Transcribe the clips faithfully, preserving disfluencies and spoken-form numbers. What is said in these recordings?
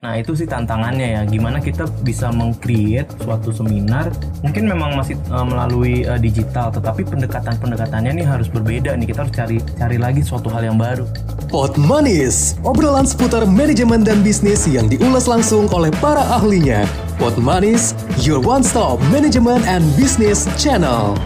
Nah itu sih tantangannya ya, gimana kita bisa meng-create suatu seminar, mungkin memang masih uh, melalui uh, digital, tetapi pendekatan-pendekatannya nih harus berbeda nih, kita harus cari cari lagi suatu hal yang baru. Pod Manis, obrolan seputar manajemen dan bisnis yang diulas langsung oleh para ahlinya. Pod Manis, your one-stop management and business channel.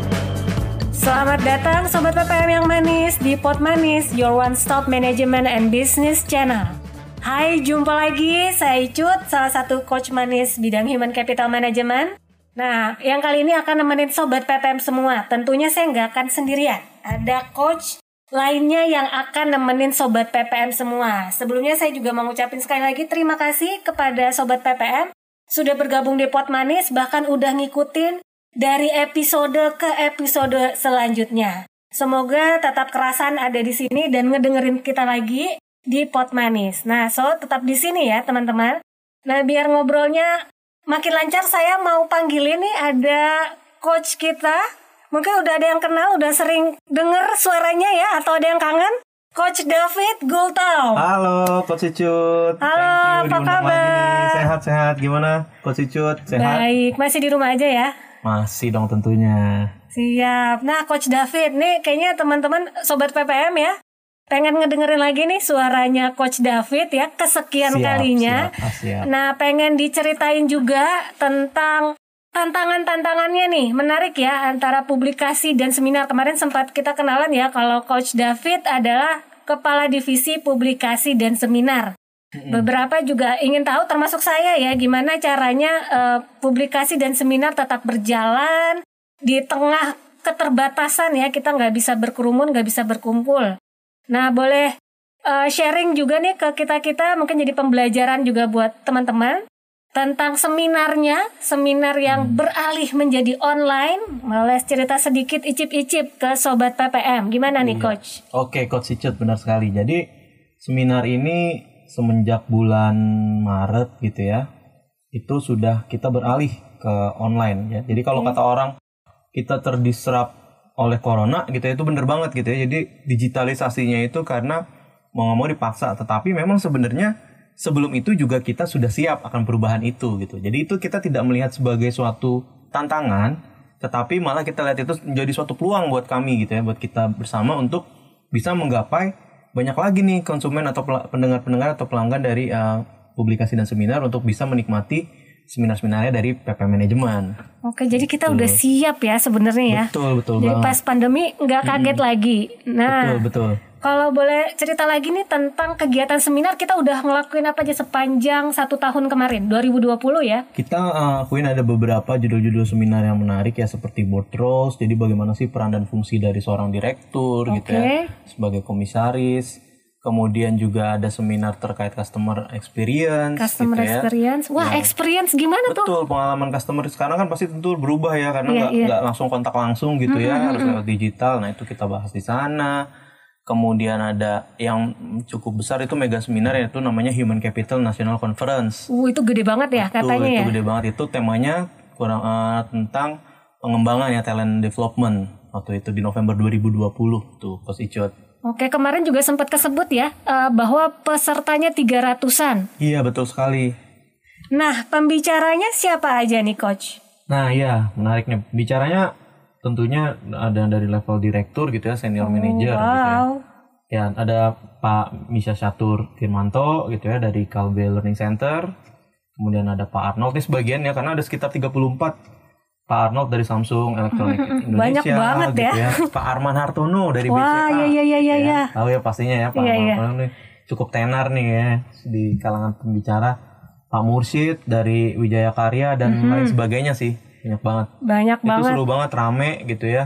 Selamat datang Sobat P P M yang manis di Pod Manis, your one-stop management and business channel. Hai, jumpa lagi, saya Icut, salah satu coach manis bidang Human Capital Management. Nah, yang kali ini akan nemenin Sobat P P M semua. Tentunya saya nggak akan sendirian. Ada coach lainnya yang akan nemenin Sobat P P M semua. Sebelumnya saya juga mau ngucapin sekali lagi terima kasih kepada Sobat P P M sudah bergabung di Pod Manis, bahkan udah ngikutin dari episode ke episode selanjutnya. Semoga tetap kerasan ada di sini dan ngedengerin kita lagi di Pod Manis. Nah, so tetap di sini ya teman-teman. Nah, biar ngobrolnya makin lancar, saya mau panggilin nih ada coach kita. Mungkin udah ada yang kenal, udah sering denger suaranya ya, atau ada yang kangen? Coach David Gultom. Halo Coach Icut. Halo, apa kabar? Sehat-sehat, gimana Coach Icut? Sehat? Baik, masih di rumah aja ya? Masih dong tentunya. Siap. Nah, Coach David, nih kayaknya teman-teman Sobat P P M ya pengen ngedengerin lagi nih suaranya Coach David ya, kesekian siap, kalinya. Siap, siap. Nah, pengen diceritain juga tentang tantangan-tantangannya nih. Menarik ya, antara publikasi dan seminar. Kemarin sempat kita kenalan ya, kalau Coach David adalah Kepala Divisi Publikasi dan Seminar. Hmm. Beberapa juga ingin tahu, termasuk saya ya, gimana caranya uh, publikasi dan seminar tetap berjalan di tengah keterbatasan ya, kita nggak bisa berkerumun, nggak bisa berkumpul. Nah, boleh uh, sharing juga nih ke kita-kita, mungkin jadi pembelajaran juga buat teman-teman tentang seminarnya, seminar yang hmm. beralih menjadi online. Boleh cerita sedikit icip-icip ke Sobat P P M. Gimana nih, iya. Coach? Oke, Coach Icut, benar sekali. Jadi, seminar ini semenjak bulan Maret gitu ya, itu sudah kita beralih ke online ya. Jadi kalau okay. kata orang kita terdisrupt oleh corona gitu ya, itu bener banget gitu ya. Jadi digitalisasinya itu karena mau nggak mau dipaksa, tetapi memang sebenarnya sebelum itu juga kita sudah siap akan perubahan itu gitu. Jadi itu kita tidak melihat sebagai suatu tantangan, tetapi malah kita lihat itu menjadi suatu peluang buat kami gitu ya, buat kita bersama untuk bisa menggapai banyak lagi nih konsumen atau pendengar-pendengar atau pelanggan dari uh, publikasi dan seminar untuk bisa menikmati seminar-seminarnya dari P P Manajemen. Oke, jadi kita betul. Udah siap ya sebenarnya ya. Betul, betul jadi banget. Pas pandemi nggak kaget hmm. lagi. Nah, betul, betul. Kalau boleh cerita lagi nih tentang kegiatan seminar, kita udah ngelakuin apa aja sepanjang satu tahun kemarin, dua ribu dua puluh ya? Kita uh, akuin ada beberapa judul-judul seminar yang menarik ya, seperti board roles, jadi bagaimana sih peran dan fungsi dari seorang direktur okay. gitu ya, sebagai komisaris. Kemudian juga ada seminar terkait customer experience. Customer gitu ya. experience, wah ya. Experience gimana Betul, tuh? Betul, pengalaman customer sekarang kan pasti tentu berubah ya, karena nggak yeah, nggak yeah. langsung kontak langsung gitu mm-hmm. ya, harus lewat digital. Nah itu kita bahas di sana. Kemudian ada yang cukup besar itu mega seminar, yaitu namanya Human Capital National Conference. Uh itu gede banget ya Betul, katanya itu ya. Itu gede banget, itu temanya kurang uh, tentang pengembangan ya, talent development. Waktu itu di November dua ribu dua puluh tuh, Coach Icut. Oke, kemarin juga sempat kesebut ya uh, bahwa pesertanya tiga ratusan. Iya, betul sekali. Nah, pembicaranya siapa aja nih, Coach? Nah, iya, menariknya. Bicaranya tentunya ada dari level direktur gitu ya, senior oh, manager wow. gitu ya. Ya, ada Pak Misha Syatur Firmanto gitu ya dari Kalbe Learning Center. Kemudian ada Pak Arnold, ini sebagian ya, karena ada sekitar tiga puluh empat. Pak Arnold dari Samsung Electronic Indonesia. Banyak banget gitu ya. ya. Pak Arman Hartono dari B C A. Wah, iya iya iya iya. Ya. Tahu ya pastinya ya, Pak iya, Arman iya. Hartono nih cukup tenar nih ya di kalangan pembicara. Pak Mursyid dari Wijaya Karya dan mm-hmm. lain sebagainya sih. Banyak banget. Banyak itu banget. Itu seru banget, rame gitu ya.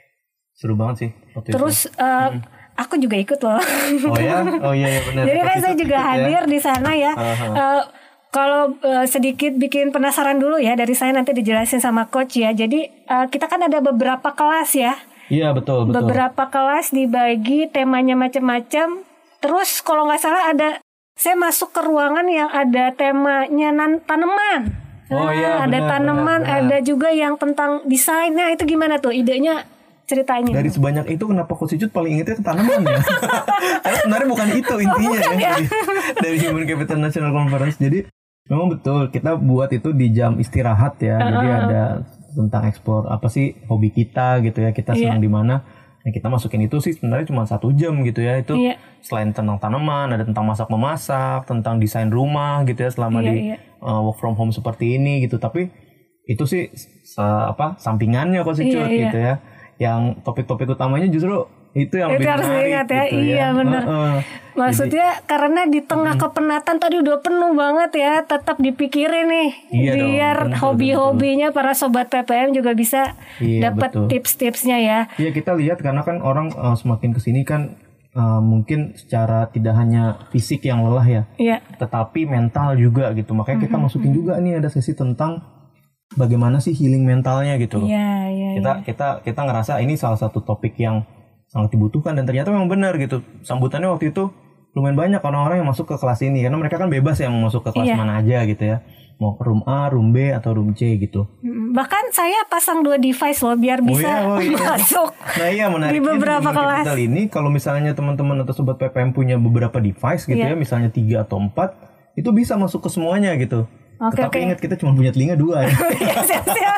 Seru banget sih. Terus uh, hmm. aku juga ikut loh. Oh ya? Oh iya, iya benar. Jadi kan saya juga hadir ya. Di sana ya. Uh-huh. Uh, Kalau uh, sedikit bikin penasaran dulu ya, dari saya nanti dijelasin sama coach ya. Jadi uh, kita kan ada beberapa kelas ya. Iya betul betul. Beberapa kelas dibagi temanya macam-macam. Terus kalau nggak salah ada, saya masuk ke ruangan yang ada temanya nan- tanaman. Oh nah, iya. Ada benar, tanaman, benar, benar. ada juga yang tentang desain. Nah itu gimana tuh idenya? Ceritanya dari sebanyak itu kenapa Coach Icut paling ingetnya ke tanaman ya? Karena sebenarnya bukan itu intinya oh, bukan, ya, ya. Dari, dari Human Capital National Conference. Jadi Memang betul, kita buat itu di jam istirahat ya. Uh-uh. Jadi ada tentang eksplor apa sih hobi kita gitu ya. Kita senang yeah. di mana. Nah, kita masukin itu sih sebenarnya cuma satu jam gitu ya. Itu yeah. selain tentang tanaman, ada tentang masak-memasak, tentang desain rumah gitu ya selama yeah, di yeah. Uh, work from home seperti ini gitu. Tapi itu sih se- apa sampingannya kok sih yeah, gitu yeah. ya. Yang topik-topik utamanya justru itu yang itu lebih harus menarik diingat ya. gitu Iya ya. benar. Uh, uh. Maksudnya Jadi, karena di tengah mm, kepenatan tadi udah penuh banget ya, tetap dipikirin nih iya biar dong, bener, hobi-hobinya betul. Para sobat P P M juga bisa iya, dapat betul. tips-tipsnya ya. Iya, kita lihat karena kan orang uh, semakin kesini kan uh, mungkin secara tidak hanya fisik yang lelah ya, iya. tetapi mental juga gitu. Makanya kita mm-hmm. masukin juga nih ada sesi tentang bagaimana sih healing mentalnya gitu loh. Iya, iya, kita iya. kita kita ngerasa ini salah satu topik yang sangat dibutuhkan dan ternyata memang benar gitu. Sambutannya waktu itu lumayan banyak orang-orang yang masuk ke kelas ini karena mereka kan bebas ya mau masuk ke kelas iya. mana aja gitu ya. Mau room A, room B atau room C gitu. Bahkan saya pasang dua device loh biar bisa oh iya, oh iya. masuk. Nah iya menariknya di beberapa di kelas ini kalau misalnya teman-teman atau sobat P P M punya beberapa device gitu iya. ya, misalnya tiga atau empat, itu bisa masuk ke semuanya gitu. Oke, Tetapi oke. ingat kita cuma punya telinga dua ya. Siap-siap.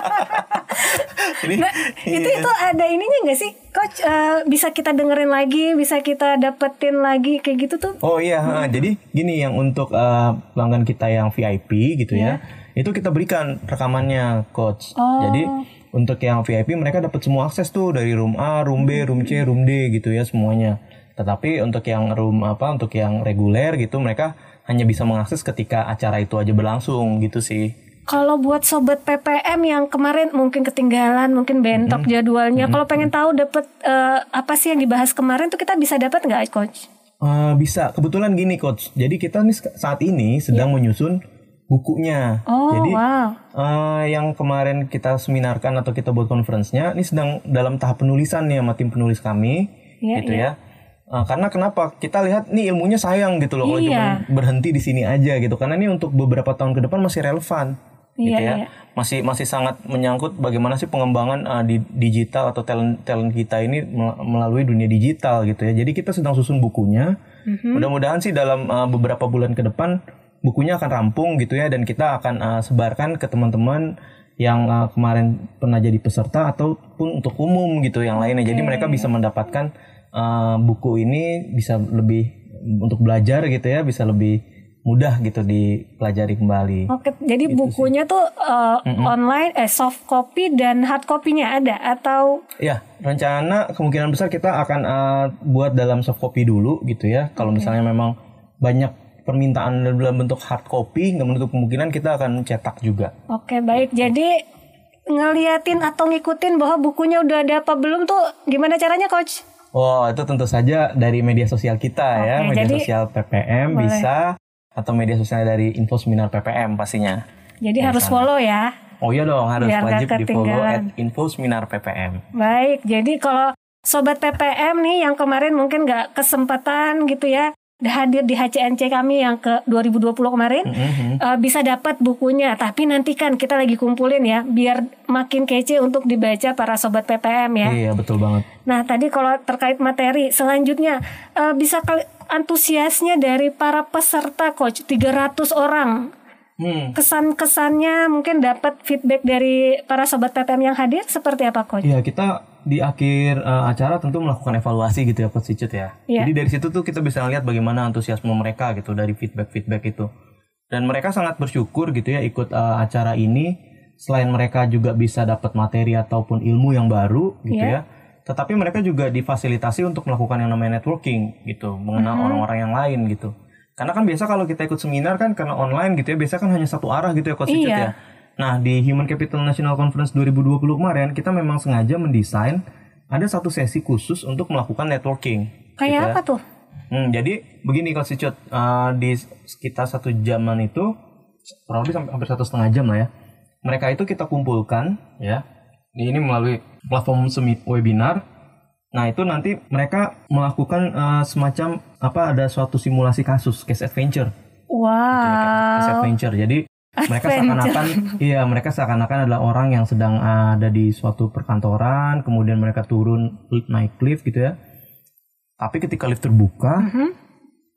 Ini, nah, iya. itu itu ada ininya nggak sih, Coach? Uh, bisa kita dengerin lagi, bisa kita dapetin lagi kayak gitu tuh? Oh iya, hmm. ha, jadi gini yang untuk uh, pelanggan kita yang V I P gitu yeah. ya, itu kita berikan rekamannya, Coach. Oh. Jadi untuk yang V I P mereka dapat semua akses tuh dari room A, room B, room C, room D gitu ya semuanya. Tetapi untuk yang room apa, untuk yang reguler gitu mereka hanya bisa mengakses ketika acara itu aja berlangsung gitu sih. Kalau buat sobat P P M yang kemarin mungkin ketinggalan, mungkin bentok mm-hmm. jadwalnya, mm-hmm. kalau pengen tahu dapat uh, apa sih yang dibahas kemarin tuh kita bisa dapat nggak, Coach? Uh, bisa. Kebetulan gini, Coach. Jadi kita nih saat ini sedang yeah. menyusun bukunya. Oh, Jadi wow. uh, yang kemarin kita seminarkan atau kita buat conference-nya, ini sedang dalam tahap penulisan nih sama tim penulis kami, yeah, gitu yeah. ya. Uh, karena kenapa? Kita lihat nih ilmunya sayang gitu loh, kalau yeah. cuma berhenti di sini aja gitu. Karena ini untuk beberapa tahun ke depan masih relevan. Gitu iya, ya, iya. masih masih sangat menyangkut bagaimana sih pengembangan uh, di digital atau talent talent kita ini melalui dunia digital gitu ya. Jadi kita sedang susun bukunya. Mm-hmm. Mudah-mudahan sih dalam uh, beberapa bulan ke depan bukunya akan rampung gitu ya dan kita akan uh, sebarkan ke teman-teman yang uh, kemarin pernah jadi peserta ataupun untuk umum gitu yang lainnya. Okay. Jadi mereka bisa mendapatkan uh, buku ini bisa lebih untuk belajar gitu ya, bisa lebih mudah gitu dipelajari kembali. Oke, jadi gitu bukunya sih. tuh uh, online, eh soft copy dan hard copy-nya ada atau? Ya, rencana kemungkinan besar kita akan uh, buat dalam soft copy dulu gitu ya. Kalau okay. misalnya memang banyak permintaan dalam bentuk hard copy, nggak menutup kemungkinan kita akan cetak juga. Oke, baik. Jadi ngeliatin atau ngikutin bahwa bukunya udah ada apa belum tuh gimana caranya, Coach? Oh, itu tentu saja dari media sosial kita okay, ya, media jadi, sosial P P M boleh. Bisa. Atau media sosial dari Info Seminar P P M pastinya. Jadi harus sana. Follow ya. Oh iya dong, harus biar wajib di follow at Info Seminar P P M. Baik, jadi kalau sobat P P M nih yang kemarin mungkin nggak kesempatan gitu ya hadir di H C N C kami yang ke dua ribu dua puluh kemarin, mm-hmm. uh, bisa dapat bukunya. Tapi nanti kan kita lagi kumpulin ya, biar makin kece untuk dibaca para sobat P P M ya. Iya betul banget. Nah tadi kalau terkait materi selanjutnya uh, bisa kali antusiasnya dari para peserta, Coach, tiga ratus orang. Hmm. Kesan-kesannya mungkin dapat feedback dari para sobat P P M yang hadir seperti apa, Coach? Iya, kita di akhir uh, acara tentu melakukan evaluasi gitu ya, Coach Cicut ya. Ya. Jadi dari situ tuh kita bisa lihat bagaimana antusiasme mereka gitu dari feedback-feedback itu. Dan mereka sangat bersyukur gitu ya ikut uh, acara ini. Selain mereka juga bisa dapat materi ataupun ilmu yang baru gitu ya. ya. Tetapi mereka juga difasilitasi untuk melakukan yang namanya networking gitu, mengenal mm-hmm. orang-orang yang lain gitu. Karena kan biasa kalau kita ikut seminar kan karena online gitu ya, biasa kan hanya satu arah gitu ya, Coach Cicut ya. Nah, di Human Capital National Conference dua ribu dua puluh kemarin kita memang sengaja mendesain ada satu sesi khusus untuk melakukan networking. Kayak gitu apa ya. tuh? Hmm, jadi begini, Coach Cicut, uh, di sekitar satu jaman itu kurang lebih sampai hampir satu setengah jam lah ya. Mereka itu kita kumpulkan ya. Ini melalui platform semi webinar. Nah itu nanti mereka melakukan uh, semacam apa ada suatu simulasi kasus case adventure. Wow. Case adventure. Jadi adventure. mereka seakan-akan iya mereka seakan-akan adalah orang yang sedang uh, ada di suatu perkantoran, kemudian mereka turun naik lift gitu ya. Tapi ketika lift terbuka, uh-huh.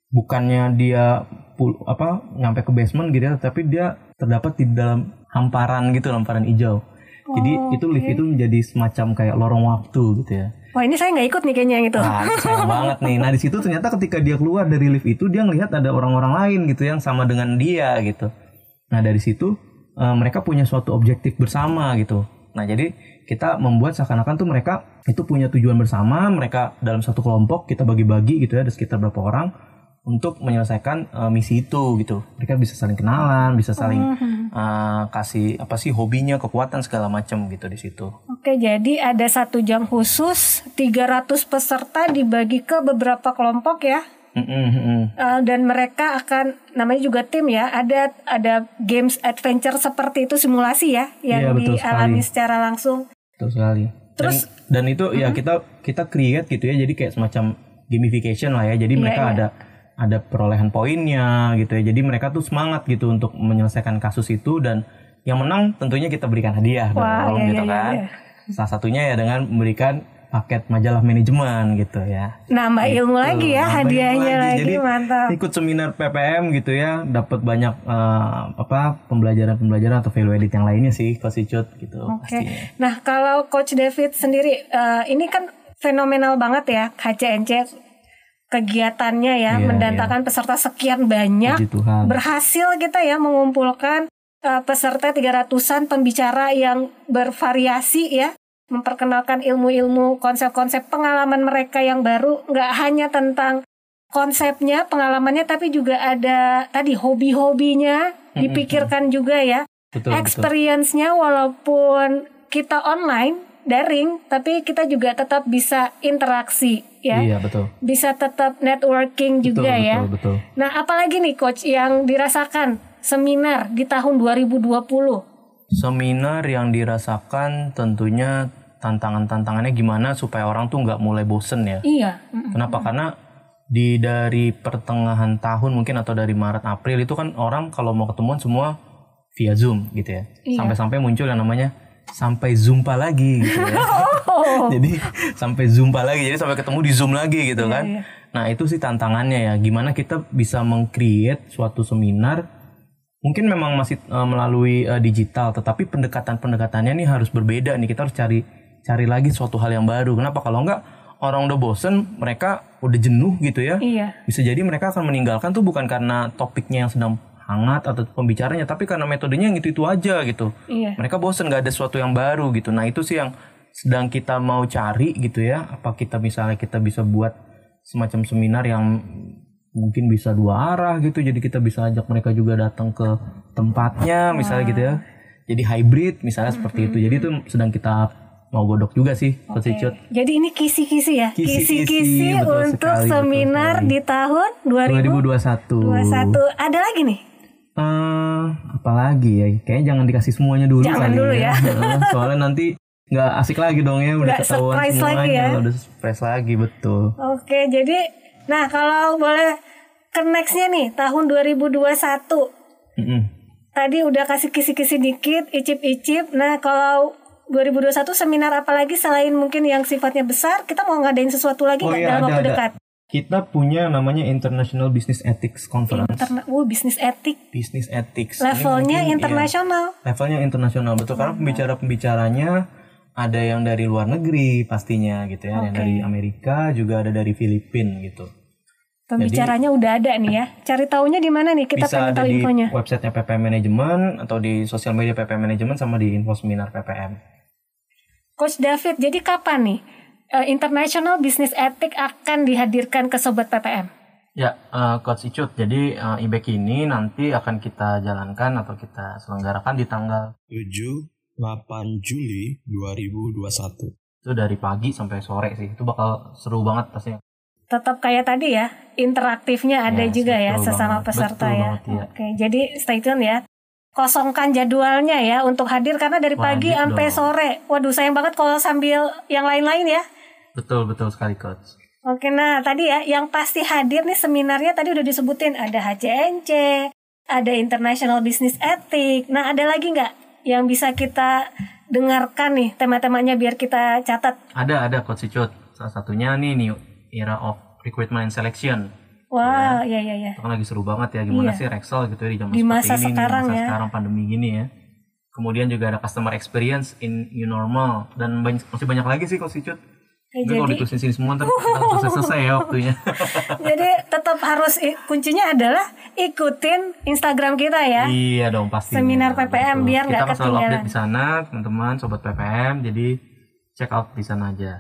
bukannya dia pul- apa nyampe ke basement gitu ya, tapi dia terdapat di dalam hamparan gitu, hamparan hijau. Jadi Oh, itu lift oke. itu menjadi semacam kayak lorong waktu gitu ya. Wah ini saya nggak ikut nih kayaknya yang itu. Nah, itu sayang banget nih. Nah, di situ ternyata ketika dia keluar dari lift itu dia ngelihat ada orang-orang lain gitu yang sama dengan dia gitu. Nah, dari situ eh, mereka punya suatu objektif bersama gitu. Nah, jadi kita membuat seakan-akan tuh mereka itu punya tujuan bersama, mereka dalam satu kelompok kita bagi-bagi gitu ya, ada sekitar berapa orang untuk menyelesaikan eh, misi itu gitu. Mereka bisa saling kenalan, bisa saling eh, kasih apa sih hobinya, kekuatan segala macam gitu di situ. Oke, jadi ada satu jam khusus, tiga ratus peserta dibagi ke beberapa kelompok ya. Mm-mm, mm-mm. Uh, dan mereka akan, namanya juga tim ya, ada ada games adventure seperti itu, simulasi ya, yang Iya, betul dialami sekali. secara langsung. Betul sekali. Terus- dan, dan itu ya kita kita create gitu ya, jadi kayak semacam gamification lah ya. Jadi Iya, mereka iya. ada ada perolehan poinnya gitu ya. Jadi mereka tuh semangat gitu untuk menyelesaikan kasus itu, dan yang menang tentunya kita berikan hadiah Wah, dong iya, gitu iya, kan. iya. Salah satunya ya dengan memberikan paket majalah manajemen gitu ya. Nambah ilmu Tuh, lagi ya, nambah hadiahnya ilmu lagi, Jadi mantap. ikut seminar P P M gitu ya, dapat banyak eh, apa pembelajaran-pembelajaran atau value added yang lainnya sih, Coach Icut gitu Oke. pastinya. Nah, kalau Coach David sendiri, eh, ini kan fenomenal banget ya H C N C kegiatannya ya, Iya, mendatangkan peserta sekian banyak. Puji Tuhan. Berhasil kita ya mengumpulkan eh, peserta tiga ratusan pembicara yang bervariasi ya, memperkenalkan ilmu-ilmu, konsep-konsep pengalaman mereka yang baru, nggak hanya tentang konsepnya, pengalamannya, tapi juga ada tadi hobi-hobinya dipikirkan juga ya. Betul, betul. Experience-nya walaupun kita online, daring, tapi kita juga tetap bisa interaksi ya. Iya, betul. Bisa tetap networking Betul, juga ya. betul, betul. Nah, apalagi nih Coach yang dirasakan seminar di tahun dua ribu dua puluh? Seminar yang dirasakan tentunya tantangan-tantangannya gimana supaya orang tuh nggak mulai bosen ya. Iya. Mm-mm. Kenapa? Karena di dari pertengahan tahun mungkin atau dari Maret April itu kan orang kalau mau ketemuan semua via Zoom gitu ya. Iya. Sampai-sampai muncul yang namanya sampai Zoompa lagi gitu ya. Oh. Jadi sampai Zoompa lagi, jadi sampai ketemu di Zoom lagi gitu Iya, kan. iya. Nah, itu sih tantangannya ya. Gimana kita bisa meng-create suatu seminar mungkin memang masih uh, melalui uh, digital, tetapi pendekatan-pendekatannya nih harus berbeda nih. Kita harus cari cari lagi suatu hal yang baru. Kenapa? Kalau enggak orang udah bosen, mereka udah jenuh gitu ya. Iya. Bisa jadi mereka akan meninggalkan tuh bukan karena topiknya yang sedang hangat atau pembicaranya, tapi karena metodenya yang itu-itu aja gitu. Iya. Mereka bosen, nggak ada sesuatu yang baru gitu. Nah, itu sih yang sedang kita mau cari gitu ya. Apa kita misalnya kita bisa buat semacam seminar yang mungkin bisa dua arah gitu, jadi kita bisa ajak mereka juga datang ke tempatnya misalnya gitu ya, jadi hybrid misalnya seperti itu. Jadi itu sedang kita mau godok juga sih, Coach Icut. Jadi ini kisi-kisi ya, Kisi-kisi, kisi-kisi betul untuk sekali, betul seminar sekali. di tahun dua dua ribu ribu dua puluh satu. satu. Ada lagi nih? Eh, apalagi ya, kayaknya jangan dikasih semuanya dulu Jangan kali dulu ya. Heeh, soalnya nanti nggak asik lagi dong ya, udah Nggak ketahuan surprise semuanya, lagi ya. udah surprise lagi, betul. Oke, jadi nah kalau boleh ke nextnya nih tahun dua ribu dua puluh satu. Mm-mm. Tadi udah kasih kisi-kisi dikit, icip-icip. Nah kalau dua ribu dua puluh satu seminar apa lagi selain mungkin yang sifatnya besar, kita mau ngadain sesuatu lagi Oh nggak iya, dalam ada, waktu ada. dekat? Kita punya namanya International Business Ethics Conference. Interna, uh, bisnis etik. Business Ethics. Ini Levelnya mungkin, internasional. iya, levelnya internasional, betul. Karena pembicara-pembicaranya ada yang dari luar negeri pastinya gitu ya. Ada yang Oke. dari Amerika, juga ada dari Filipina gitu. Pembicaranya udah ada nih ya. Cari taunya di mana nih? Kita Bisa pengen ada tahu di infonya. websitenya P P M Management atau di sosial media P P M Management sama di info seminar P P M. Coach David, jadi kapan nih eh, International Business Ethics akan dihadirkan ke Sobat P P M? Ya, eh, Coach Icut. Jadi eh, I B E C ini nanti akan kita jalankan atau kita selenggarakan di tanggal tujuh delapan Juli dua ribu dua puluh satu. itu dari pagi sampai sore sih. Itu bakal seru banget pastinya. Tetap kayak tadi ya, interaktifnya ada Yes, juga ya betul sesama banget. peserta Betul ya. banget, iya. Oke, jadi stay tune ya. Kosongkan jadwalnya ya untuk hadir karena dari pagi Wajib sampai dong. sore. Waduh, sayang banget kalau sambil yang lain-lain ya. Betul, betul sekali, Coach. Oke, nah tadi ya yang pasti hadir nih seminarnya tadi udah disebutin, ada H C N C, ada International Business Ethics. Nah, ada lagi nggak yang bisa kita dengarkan nih tema-temanya biar kita catat? Ada, ada Coach Icut. Salah satunya nih New Era of Recruitment and Selection. Wah, iya iya iya. Itu kan lagi seru banget ya, gimana Iya. sih Rexel gitu ya di zaman Di seperti masa ini, sekarang di masa ya. sekarang pandemi gini ya. Kemudian juga ada customer experience in new normal dan banyak, masih banyak lagi sih Coach Icut. Eh, Mungkin kalau jadi ditulisin sini semua ntar kita selesai-selesai ya waktunya. jadi tetap harus i- kuncinya adalah ikutin Instagram kita ya. Iya dong pasti. Seminar P P M biar nggak kita kan selalu ketinggalan. update di sana teman-teman sobat P P M, jadi check out di sana aja.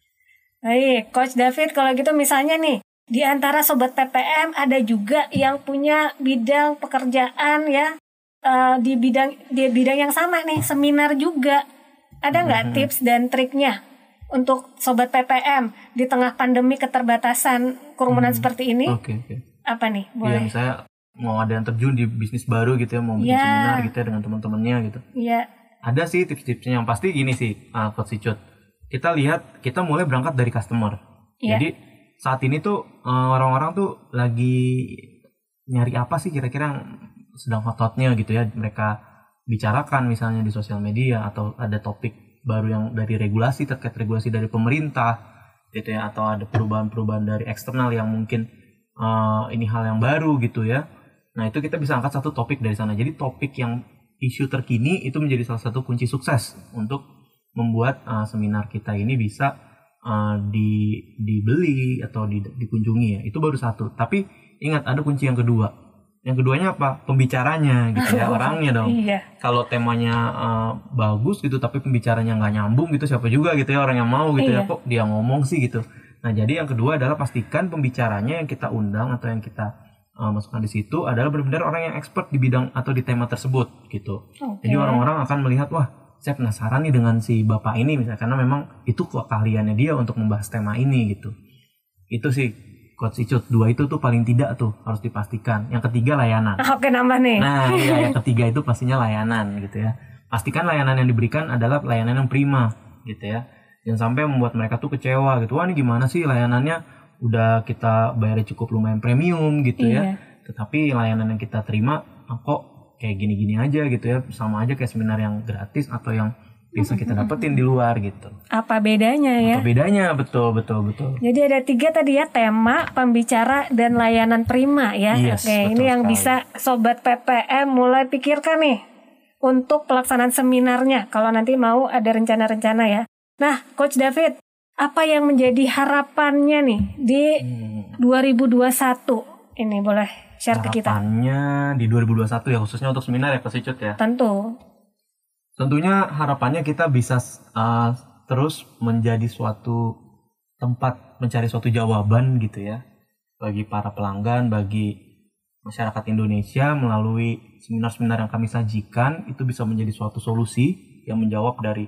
Baik, Coach David, kalau gitu misalnya nih, di antara sobat P P M ada juga yang punya bidang pekerjaan ya eh, di bidang di bidang yang sama nih, seminar juga. Ada nggak Mhm. tips dan triknya untuk sobat P P M di tengah pandemi keterbatasan kerumunan seperti ini? Oke oke. Apa nih? Iya Boleh? misalnya mau ada yang terjun di bisnis baru gitu ya, mau bikin Iya. seminar gitu ya dengan teman-temannya gitu. Iya. Ada sih tips-tipsnya, yang pasti gini sih uh, Coach Icut. Kita lihat, kita mulai berangkat dari customer. Iya. Jadi saat ini tuh uh, orang-orang tuh lagi nyari apa sih kira-kira yang sedang hot-hotnya gitu ya, mereka bicarakan misalnya di sosial media, atau ada topik baru yang dari regulasi, terkait regulasi dari pemerintah gitu ya, atau ada perubahan-perubahan dari eksternal yang mungkin uh, ini hal yang baru gitu ya. Nah itu kita bisa angkat satu topik dari sana. Jadi topik yang isu terkini itu menjadi salah satu kunci sukses untuk membuat uh, seminar kita ini bisa uh, di, dibeli atau di, dikunjungi ya. Itu baru satu. Tapi ingat ada kunci yang kedua. Yang keduanya apa? Pembicaranya gitu ya, orangnya dong. Iya. Kalau temanya uh, bagus gitu tapi pembicaranya nggak nyambung gitu, siapa juga gitu ya orang yang mau gitu Iya. ya, kok dia ngomong sih gitu. Nah jadi yang kedua adalah pastikan pembicaranya yang kita undang atau yang kita uh, masukkan di situ adalah benar-benar orang yang expert di bidang atau di tema tersebut gitu. Oke. Jadi orang-orang akan melihat, wah saya penasaran nih dengan si bapak ini misalnya, karena memang itu keahliannya dia untuk membahas tema ini gitu. Itu sih Coach Icut, dua itu tuh paling tidak tuh harus dipastikan. Yang ketiga layanan. Ah, Oke, nambah nih. Nah, iya, yang ketiga itu pastinya layanan gitu ya. Pastikan layanan yang diberikan adalah layanan yang prima gitu ya. Jangan sampai membuat mereka tuh kecewa gitu. Wah, ini gimana sih layanannya? Udah kita bayar cukup lumayan premium gitu Iya. ya. Tetapi layanan yang kita terima ah, kok kayak gini-gini aja gitu ya. Sama aja kayak seminar yang gratis atau yang biasa kita dapetin di luar gitu. Apa bedanya ya? Apa bedanya? Betul, betul, betul. Jadi ada tiga tadi ya, tema, pembicara, dan layanan prima ya. Yes, Oke, betul ini yang sekali. bisa Sobat P P M mulai pikirkan nih untuk pelaksanaan seminarnya kalau nanti mau ada rencana-rencana ya. Nah, Coach David, apa yang menjadi harapannya nih di Hmm. dua ribu dua puluh satu? Ini boleh share ke kita. Harapannya di dua ribu dua puluh satu ya, khususnya untuk seminar ya Coach Icut ya. Tentu. Tentunya harapannya kita bisa uh, terus menjadi suatu tempat mencari suatu jawaban gitu ya bagi para pelanggan, bagi masyarakat Indonesia melalui seminar-seminar yang kami sajikan. Itu bisa menjadi suatu solusi yang menjawab dari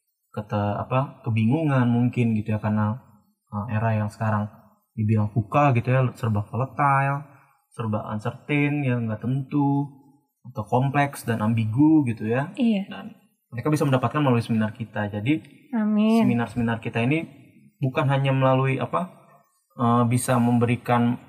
kete, apa kebingungan mungkin gitu ya, karena uh, era yang sekarang dibilang VUCA gitu ya, serba volatile, serba uncertain, ya nggak tentu, atau kompleks dan ambigu gitu ya. Iya. Dan mereka bisa mendapatkan melalui seminar kita. Jadi Amin. seminar-seminar kita ini bukan hanya melalui apa uh, bisa memberikan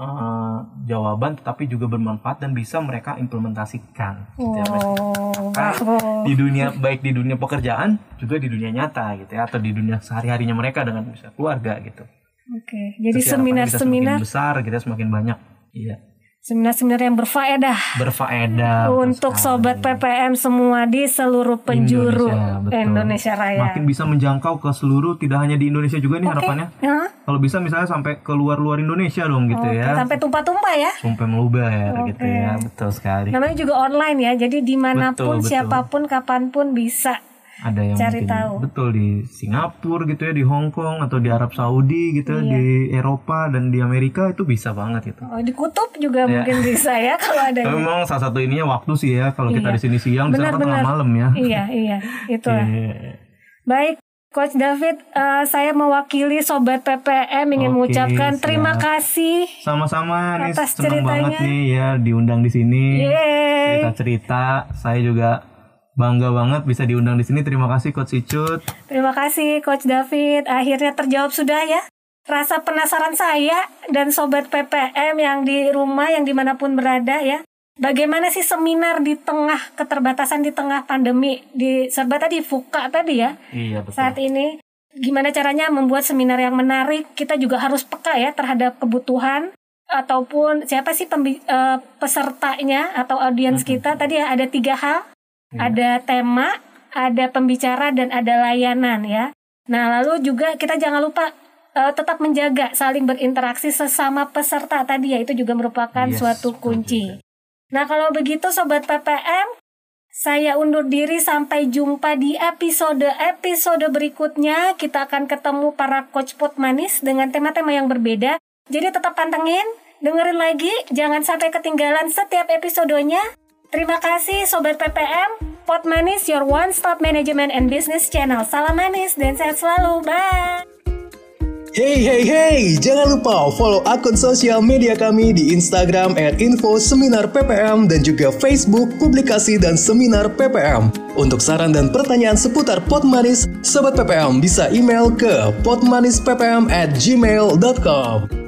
uh, jawaban, tetapi juga bermanfaat dan bisa mereka implementasikan gitu ya. Oh, Nah, bravo. di dunia, baik di dunia pekerjaan juga di dunia nyata gitu ya, atau di dunia sehari-harinya mereka dengan misalnya keluarga gitu. Oke, jadi Terus harapannya bisa seminar-seminar, semakin besar gitu ya, semakin banyak. Iya. seminar-seminar yang berfaedah Berfaedah untuk betul sobat P sekali. P M semua di seluruh penjuru Indonesia, betul. Indonesia Raya. Makin bisa menjangkau ke seluruh, tidak hanya di Indonesia juga nih Oke. harapannya. Ya, Kalau bisa misalnya sampai ke luar-luar Indonesia dong gitu oke, ya. sampai tumpah-tumpah ya. Sampai meluber gitu Oke. ya. Betul sekali. Namanya juga online ya, jadi dimanapun, Betul, betul. siapapun, kapanpun bisa. Ada yang Cari mungkin tahu. betul di Singapura gitu ya, di Hong Kong atau di Arab Saudi gitu ya, Iya. di Eropa dan di Amerika itu bisa banget gitu. Oh, di kutub juga Ya. mungkin bisa ya kalau ada. Tapi memang salah satu ininya waktu sih ya. Kalau kita Iya. di sini siang, di sana kan tengah Benar-benar. malam ya. Iya, iya, itulah. Iya. Baik, Coach David, eh, saya mewakili Sobat P P M ingin Oke, mengucapkan siap. terima kasih. Sama-sama nih, Atas seneng banget ceritanya. nih ya diundang di sini. Yeay. Cerita-cerita, saya juga bangga banget bisa diundang di sini. Terima kasih Coach Icut. Terima kasih Coach David. Akhirnya terjawab sudah ya rasa penasaran saya dan Sobat P P M yang di rumah, yang dimanapun berada ya. Bagaimana sih seminar di tengah keterbatasan, di tengah pandemi, di serba tadi VUCA tadi ya. Iya betul. Saat ini gimana caranya membuat seminar yang menarik. Kita juga harus peka ya terhadap kebutuhan ataupun siapa sih pembi- uh, pesertanya atau audiens mm-hmm. kita. Tadi ya ada tiga hal, mm-hmm. ada tema, ada pembicara, dan ada layanan ya. Nah lalu juga kita jangan lupa uh, tetap menjaga saling berinteraksi sesama peserta tadi ya, itu juga merupakan yes, suatu kunci. Nah kalau begitu Sobat P P M, saya undur diri, sampai jumpa di episode-episode berikutnya. Kita akan ketemu para coach pot manis dengan tema-tema yang berbeda. Jadi tetap pantengin, dengerin lagi, jangan sampai ketinggalan setiap episodenya. Terima kasih Sobat P P M, Pot Manis, your one stop management and business channel. Salam manis dan sehat selalu, bye. Hey hey hey, jangan lupa follow akun sosial media kami di Instagram at info seminar P P M dan juga Facebook publikasi dan seminar P P M. Untuk saran dan pertanyaan seputar Pot Manis, Sobat P P M bisa email ke potmanisppm at gmail dot com.